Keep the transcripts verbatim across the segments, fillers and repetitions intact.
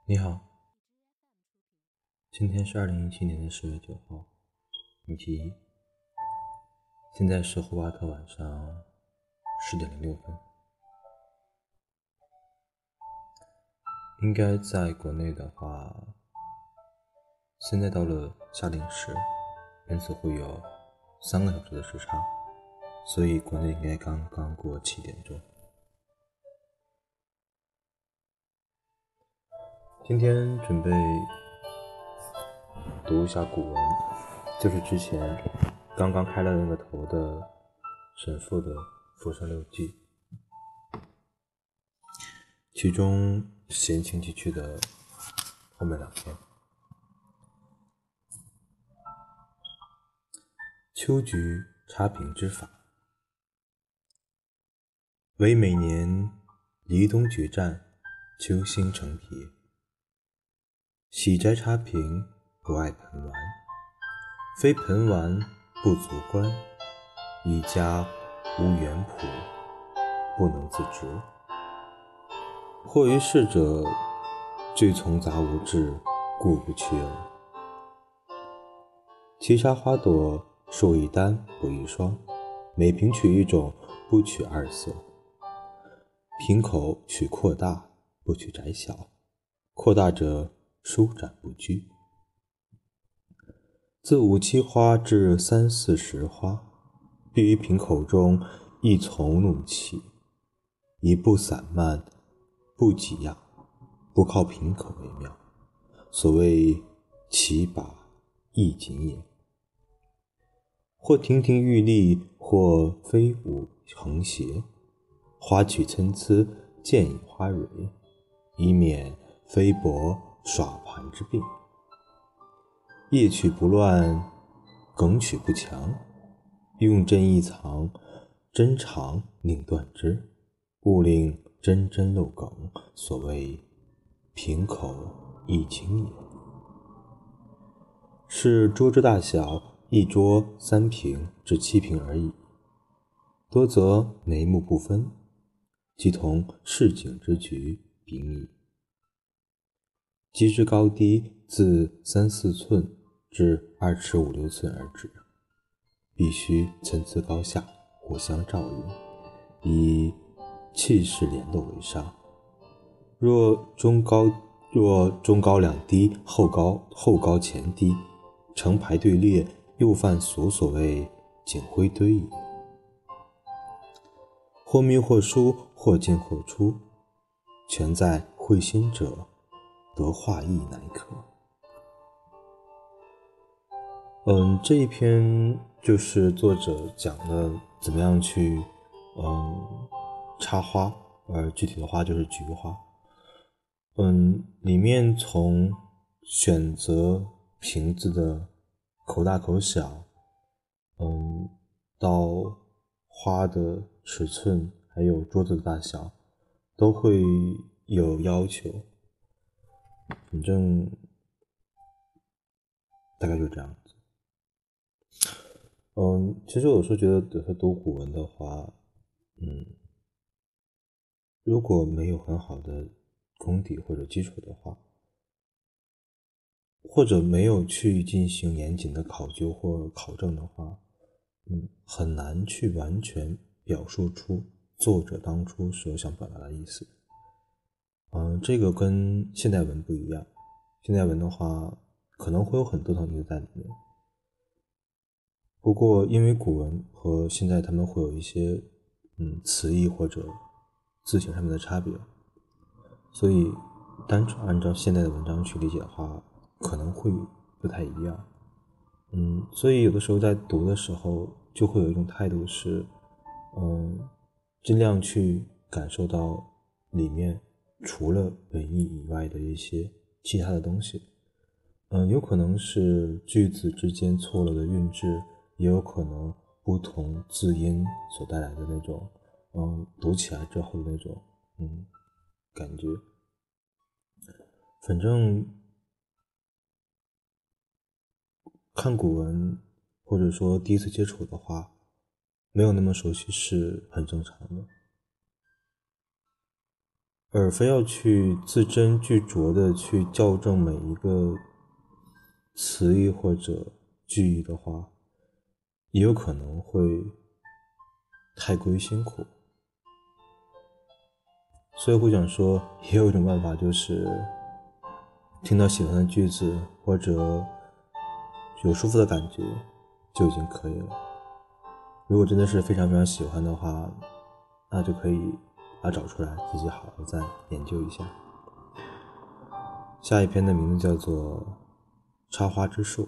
你好，今天是二零一七年的十月九号，星期一，现在是霍巴特晚上十点零六分。应该在国内的话，现在到了夏令时，因此会有三个小时的时差，所以国内应该刚刚过七点钟。今天准备读一下古文，就是之前刚刚开了那个头的沈复的《浮生六记》，其中闲情记趣的后面两篇。秋菊插瓶之法，唯每年移冬决战，秋兴成蝶。喜摘插瓶，不爱盆玩，非盆玩不足观，一家无园圃，不能自植。或于逝者，俱从杂无志，故不去耳。七杀花朵，数一单不一双，每瓶取一种，不取二色。瓶口取扩大，不取窄小，扩大者舒展不拘。自五七花至三四十花，必于瓶口中一从怒气，一不散漫，不挤压，不靠瓶口为妙，所谓奇拔易紧也。或亭亭玉立，或飞舞横斜，花曲参差，渐以花蕊，以免飞薄耍盘之病。叶曲不乱，梗曲不强，用针一藏，针长宁断之，勿令针针漏梗，所谓瓶口易清也。是桌之大小，一桌三瓶至七瓶而已，多则眉目不分，即同市井之局比拟。机之高低自三四寸至二尺五六寸而止，必须参差高下，互相照应，以气势联络为上。若中高若中高两低，后高后高前低，成排队列，又犯所所谓警徽堆也。或密或疏，或进或出，全在会心者，得画意乃可。嗯，这一篇就是作者讲了怎么样去嗯插花，而具体的花就是菊花。嗯，里面从选择瓶子的口大口小，嗯，到花的尺寸，还有桌子的大小，都会有要求。反正大概就这样子。嗯，其实有时候觉得有时候读古文的话，嗯，如果没有很好的功底或者基础的话，或者没有去进行严谨的考究或考证的话，嗯，很难去完全表述出作者当初所想表达的意思。嗯，这个跟现代文不一样，现代文的话可能会有很多层意思在里面。不过因为古文和现在他们会有一些嗯词义或者字形上面的差别，所以单纯按照现代的文章去理解的话，可能会不太一样。嗯，所以有的时候在读的时候就会有一种态度是，嗯，尽量去感受到里面除了文意以外的一些其他的东西。嗯，有可能是句子之间错了的韵致，也有可能不同字音所带来的那种，嗯，读起来之后的那种，嗯，感觉。反正看古文或者说第一次接触的话，没有那么熟悉是很正常的。 而非要去字斟句酌的去校正每一个词义或者句意的话，也有可能会太过于辛苦。所以会想说，也有一种办法，就是听到喜欢的句子或者有舒服的感觉就已经可以了。如果真的是非常非常喜欢的话，那就可以把它找出来，自己好好再研究一下。下一篇的名字叫做《插花之术》。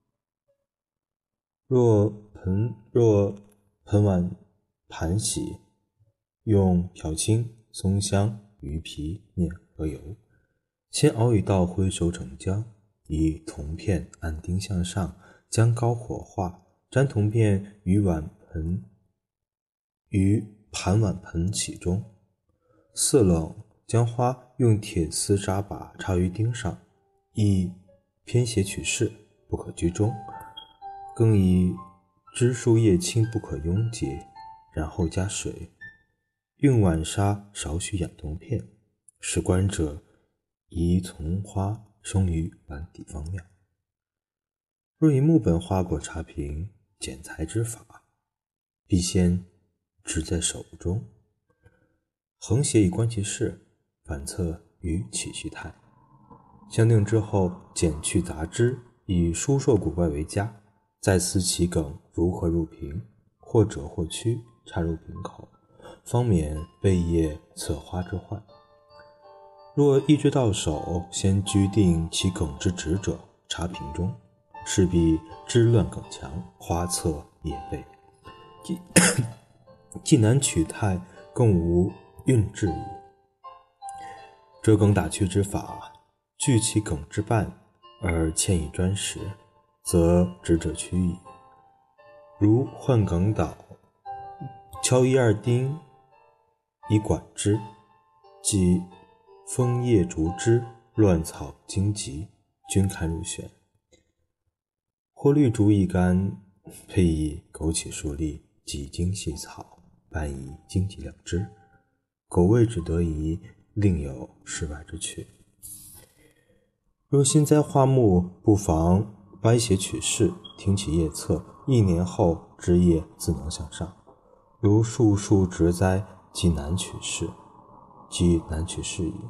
若盆若盆碗盘洗，用漂青、松香、鱼皮、面和油，先熬一道灰熟成浆，以铜片按钉向上，将高火化，沾铜片于碗盆于盘碗盆起中。四冷，将花用铁丝扎把插于钉上，以偏斜取势，不可居中，更以枝树叶青，不可拥结，然后加水，用碗砂少许养铜片，使观者宜从花生于碗底方妙。若以木本花果茶瓶剪裁之法，必先执在手中，横斜以观其势，反侧于起须态。相定之后，剪去杂枝，以疏瘦古怪为佳，再思其梗如何入瓶，或折或曲，插入瓶口，方免背叶侧花之患。若一枝到手，先居定其梗之直者，插瓶中，势必枝乱梗强，花侧叶背，既既难取态，更无韵致矣。折梗打趣之法，锯其梗之半，而嵌以砖石，则直者屈矣。如换梗倒，敲一二钉以管之，即枫叶竹枝、乱草荆棘均堪入选。或绿竹一竿，配以枸杞数粒，几茎细草，拌以荆棘两枝，狗味只得宜，另有世外之趣。若新栽花木，不妨歪斜取势，挺起叶侧，一年后枝叶自能向上。如树树直栽，即难取势，即难取势矣。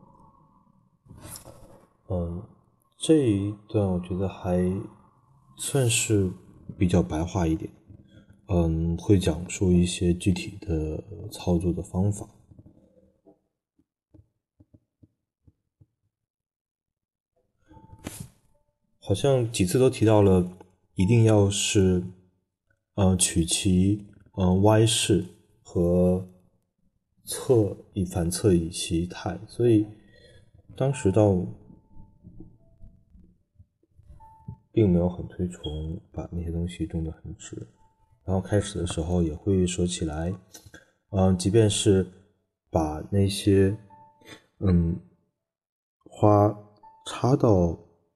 嗯，这一段我觉得还算是比较白话一点，嗯，会讲述一些具体的操作的方法。好像几次都提到了，一定要是，呃，取其呃歪势和侧以反侧以其态，所以当时倒并没有很推崇把那些东西种得很直，然后开始的时候也会说起来，嗯，即便是把那些嗯花插到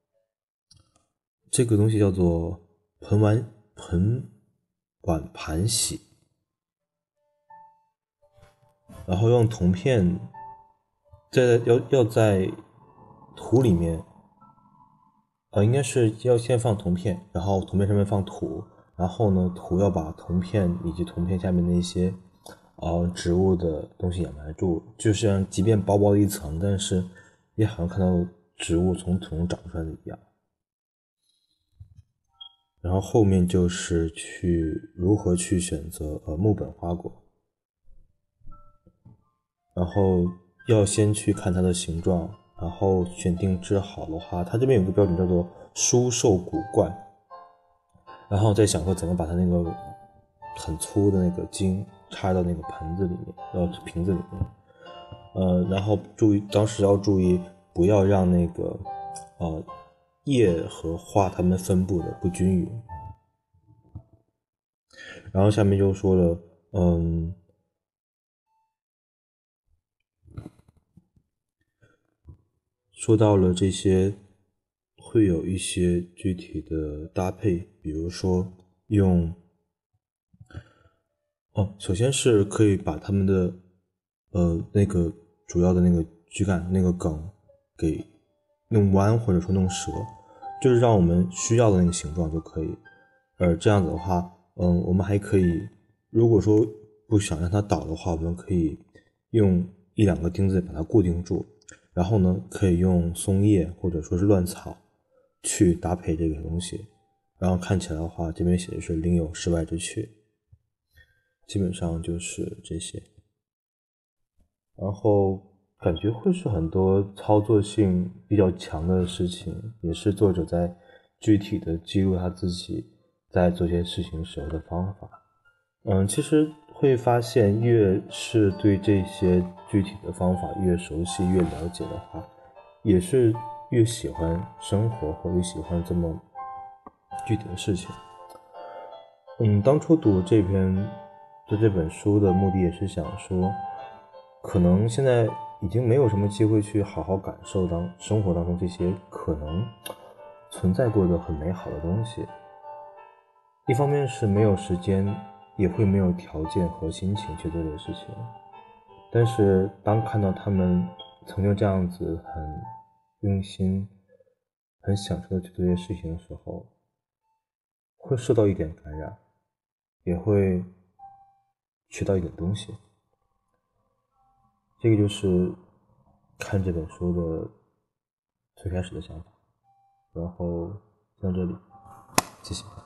这个东西叫做盆碗盆碗盘洗，然后用铜片在要要在土里面，呃，应该是要先放铜片，然后铜片上面放土，然后呢，土要把铜片以及铜片下面的一些呃植物的东西掩埋住，就像即便薄薄的一层，但是也好像看到植物从土中长出来的一样。然后后面就是去如何去选择呃木本花果，然后要先去看它的形状，然后选定枝好的话，它这边有个标准叫做疏瘦古怪，然后再想说怎么把它那个很粗的那个茎插到那个盆子里面，呃瓶子里面，呃，然后注意当时要注意不要让那个呃叶和花它们分布的不均匀。然后下面就说了，嗯，说到了这些会有一些具体的搭配，比如说用，哦，首先是可以把它们的呃那个主要的那个躯干那个梗给弄弯或者说弄折，就是让我们需要的那个形状就可以。而这样子的话，嗯，我们还可以，如果说不想让它倒的话，我们可以用一两个钉子把它固定住，然后呢，可以用松叶或者说是乱草去搭配这个东西，然后看起来的话，这边写的是另有室外之趣，基本上就是这些。然后感觉会是很多操作性比较强的事情，也是作者在具体的记录他自己在做这些事情时候的方法。嗯，其实会发现越是对这些具体的方法越熟悉越了解的话，也是越喜欢生活或者喜欢这么具体的事情。嗯，当初读这篇读这本书的目的也是想说，可能现在已经没有什么机会去好好感受当生活当中这些可能存在过的很美好的东西。一方面是没有时间，也会没有条件和心情去做这个事情。但是当看到他们曾经这样子很用心、很享受的去做这些事情的时候，会受到一点感染，也会学到一点东西。这个就是看这本书的最开始的想法，然后到这里，谢谢。